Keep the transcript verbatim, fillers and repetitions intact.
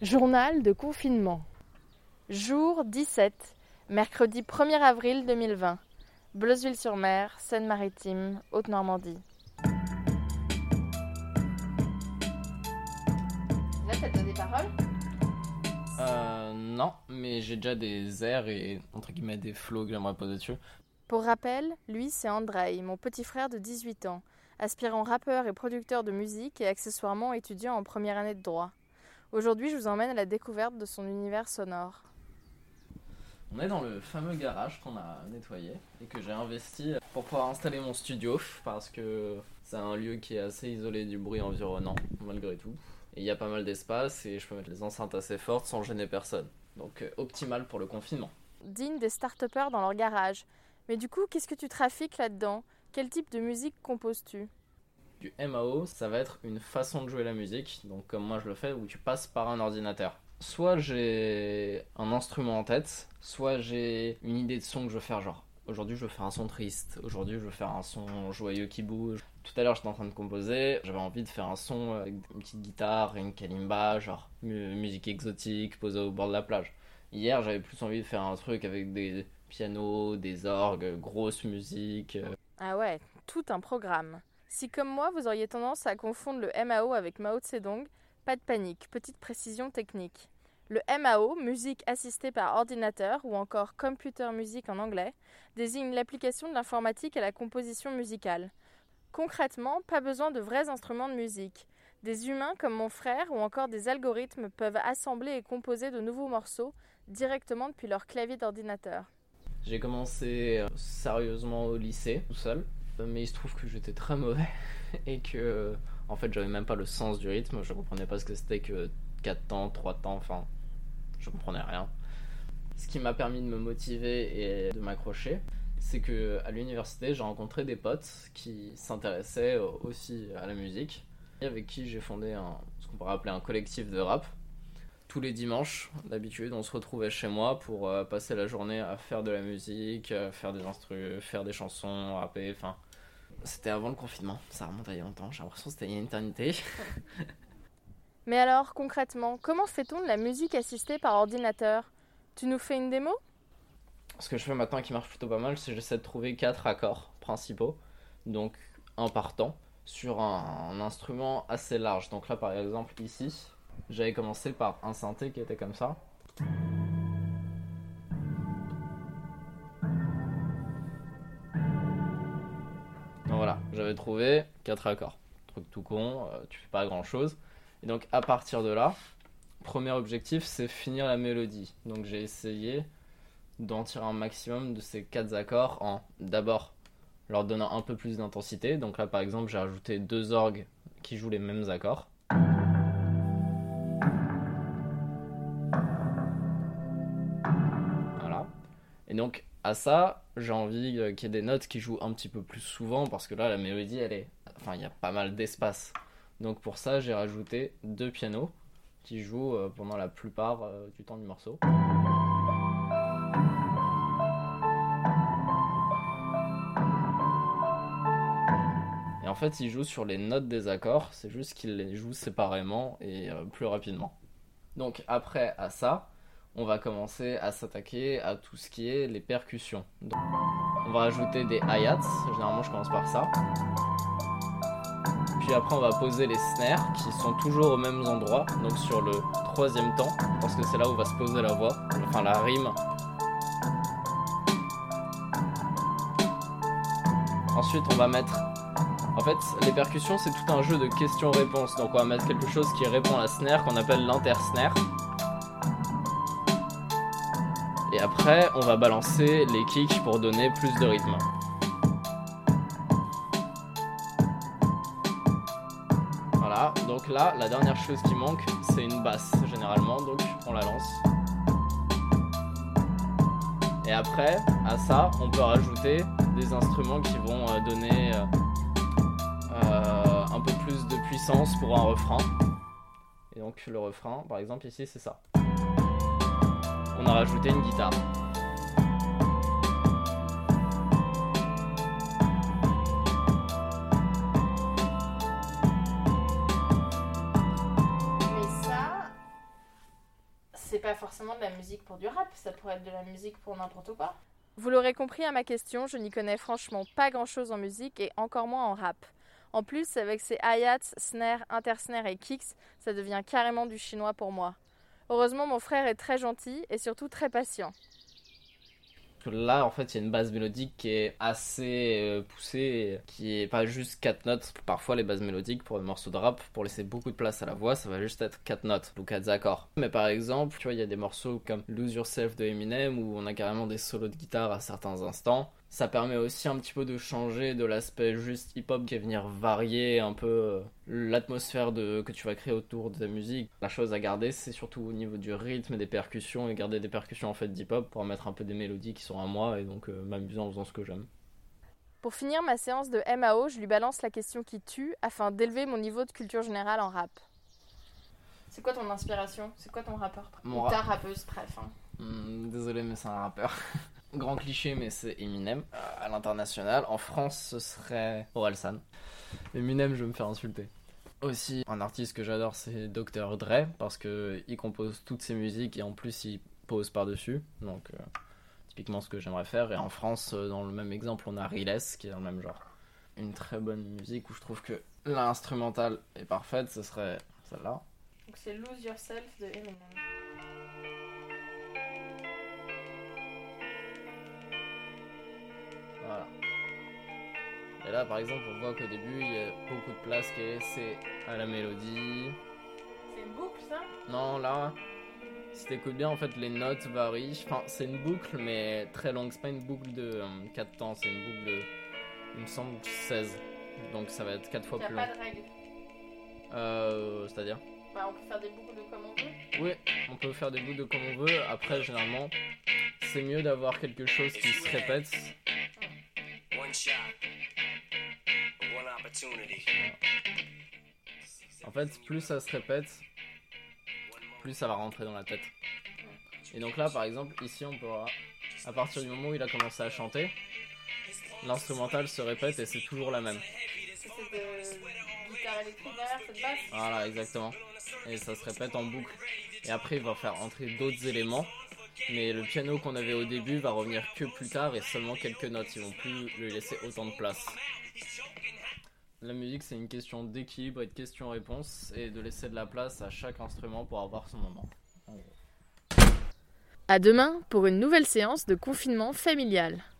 Journal de confinement. Jour dix-sept, mercredi premier avril deux mille vingt. Bleuzeville-sur-Mer, Seine-Maritime, Haute-Normandie. Là, t'as déjà des paroles ? Euh, non, mais j'ai déjà des airs et entre guillemets des flows que j'aimerais poser dessus. Pour rappel, lui, c'est Andrei, mon petit frère de dix-huit ans, aspirant rappeur et producteur de musique et accessoirement étudiant en première année de droit. Aujourd'hui, je vous emmène à la découverte de son univers sonore. On est dans le fameux garage qu'on a nettoyé et que j'ai investi pour pouvoir installer mon studio parce que c'est un lieu qui est assez isolé du bruit environnant malgré tout. Et il y a pas mal d'espace et je peux mettre les enceintes assez fortes sans gêner personne. Donc euh, optimal pour le confinement. Digne des start-upers dans leur garage. Mais du coup, qu'est-ce que tu trafiques là-dedans ? Quel type de musique composes-tu ? Du M A O, ça va être une façon de jouer la musique, donc comme moi je le fais, où tu passes par un ordinateur. Soit j'ai un instrument en tête, soit j'ai une idée de son que je veux faire, genre aujourd'hui je veux faire un son triste, aujourd'hui je veux faire un son joyeux qui bouge. Tout à l'heure j'étais en train de composer, j'avais envie de faire un son avec une petite guitare et une kalimba, genre mu- musique exotique posée au bord de la plage. Hier j'avais plus envie de faire un truc avec des pianos, des orgues, grosse musique. Ah ouais, tout un programme. Si comme moi, vous auriez tendance à confondre le M A O avec Mao Tse-Dong, pas de panique, petite précision technique. Le M A O, musique assistée par ordinateur ou encore computer music en anglais, désigne l'application de l'informatique à la composition musicale. Concrètement, pas besoin de vrais instruments de musique. Des humains comme mon frère ou encore des algorithmes peuvent assembler et composer de nouveaux morceaux directement depuis leur clavier d'ordinateur. J'ai commencé euh, sérieusement au lycée, tout seul, mais il se trouve que j'étais très mauvais et que, en fait, j'avais même pas le sens du rythme, je comprenais pas ce que c'était que quatre temps, trois temps, enfin, je comprenais rien. Ce qui m'a permis de me motiver et de m'accrocher, c'est que à l'université, j'ai rencontré des potes qui s'intéressaient aussi à la musique, et avec qui j'ai fondé un, ce qu'on pourrait appeler un collectif de rap. Tous les dimanches, d'habitude, on se retrouvait chez moi pour euh, passer la journée à faire de la musique, euh, faire des instrus, faire des chansons, rapper, enfin... C'était avant le confinement, ça remonte à il y a longtemps, j'ai l'impression que c'était il y a une éternité. Mais alors, concrètement, comment fait-on de la musique assistée par ordinateur ? Tu nous fais une démo ? Ce que je fais maintenant qui marche plutôt pas mal, c'est que j'essaie de trouver quatre accords principaux, donc un par temps, sur un, un instrument assez large. Donc là, par exemple, ici, j'avais commencé par un synthé qui était comme ça. Donc voilà, j'avais trouvé quatre accords. Truc tout con, euh, tu fais pas grand chose. Et donc à partir de là, premier objectif, c'est finir la mélodie. Donc j'ai essayé d'en tirer un maximum de ces quatre accords en d'abord leur donnant un peu plus d'intensité. Donc là par exemple, j'ai rajouté deux orgues qui jouent les mêmes accords. Voilà. Et donc à ça, j'ai envie qu'il y ait des notes qui jouent un petit peu plus souvent parce que là la mélodie elle est, enfin il y a pas mal d'espace. Donc pour ça, j'ai rajouté deux pianos qui jouent pendant la plupart du temps du morceau. Et en fait, ils jouent sur les notes des accords, c'est juste qu'ils les jouent séparément et plus rapidement. Donc après à ça, on va commencer à s'attaquer à tout ce qui est les percussions. Donc, on va ajouter des hi-hats, généralement je commence par ça. Puis après on va poser les snares qui sont toujours aux mêmes endroits, donc sur le troisième temps, parce que c'est là où va se poser la voix, enfin la rime. Ensuite on va mettre... En fait les percussions c'est tout un jeu de questions-réponses, donc on va mettre quelque chose qui répond à la snare qu'on appelle l'inter-snare. Et après on va balancer les kicks pour donner plus de rythme. Voilà, donc là, la dernière chose qui manque, c'est une basse, généralement, donc on la lance. Et après, à ça, on peut rajouter des instruments qui vont euh, donner euh, euh, un peu plus de puissance pour un refrain. Et donc le refrain, par exemple, ici, c'est ça. On a rajouté une guitare. pas forcément de la musique pour du rap, ça pourrait être de la musique pour n'importe quoi. Vous l'aurez compris à ma question, je n'y connais franchement pas grand-chose en musique et encore moins en rap. En plus, avec ses hi-hats, snares, intersnares et kicks, ça devient carrément du chinois pour moi. Heureusement, mon frère est très gentil et surtout très patient. Là, en fait, il y a une base mélodique qui est assez euh, poussée, qui est pas juste quatre notes. Parfois, les bases mélodiques pour les morceaux de rap, pour laisser beaucoup de place à la voix, ça va juste être quatre notes ou quatre accords. Mais par exemple, tu vois, il y a des morceaux comme Lose Yourself de Eminem où on a carrément des solos de guitare à certains instants. Ça permet aussi un petit peu de changer de l'aspect juste hip-hop qui est venir varier un peu euh, l'atmosphère de, que tu vas créer autour de ta musique. La chose à garder, c'est surtout au niveau du rythme et des percussions, et garder des percussions en fait d'hip-hop pour mettre un peu des mélodies qui sont à moi et donc euh, m'amuser en faisant ce que j'aime. Pour finir ma séance de M A O, je lui balance la question qui tue afin d'élever mon niveau de culture générale en rap. C'est quoi ton inspiration ? C'est quoi ton rappeur ? Ou ta rappeuse préf hein. Mmh, désolé, mais c'est un rappeur. Grand cliché, mais c'est Eminem. Euh, à l'international, en France, ce serait Orelsan. Eminem, je vais me faire insulter. Aussi, un artiste que j'adore, c'est docteur Dre, parce qu'il compose toutes ses musiques et en plus, il pose par-dessus. Donc, euh, typiquement ce que j'aimerais faire. Et en France, euh, dans le même exemple, on a Riles, qui est dans le même genre. Une très bonne musique où je trouve que l'instrumentale est parfaite, ce serait celle-là. Donc c'est Lose Yourself de Eminem. Voilà. Et là, par exemple, on voit qu'au début, il y a beaucoup de place qui est laissée à la mélodie. C'est une boucle, ça ? Non, là, si t'écoutes bien, en fait, les notes varient. Enfin, c'est une boucle, mais très longue. C'est pas une boucle de euh, quatre temps, c'est une boucle de, il me semble, seize. Donc ça va être quatre fois plus long. Il n'y a pas de règle. Euh, c'est-à-dire ? Bah, on peut faire des boucles de comme on veut. Oui, on peut faire des boucles de comme on veut. Après, généralement, c'est mieux d'avoir quelque chose qui se répète. En fait, plus ça se répète, plus ça va rentrer dans la tête. Et donc là, par exemple, ici, on pourra, à partir du moment où il a commencé à chanter, l'instrumental se répète et c'est toujours la même. C'est de guitare électrique derrière cette basse. Voilà, exactement. Et ça se répète en boucle. Et après, il va faire entrer d'autres éléments. Mais le piano qu'on avait au début va revenir que plus tard et seulement quelques notes. Ils vont plus lui laisser autant de place. La musique, c'est une question d'équilibre et de questions-réponses et de laisser de la place à chaque instrument pour avoir son moment. À demain pour une nouvelle séance de confinement familial.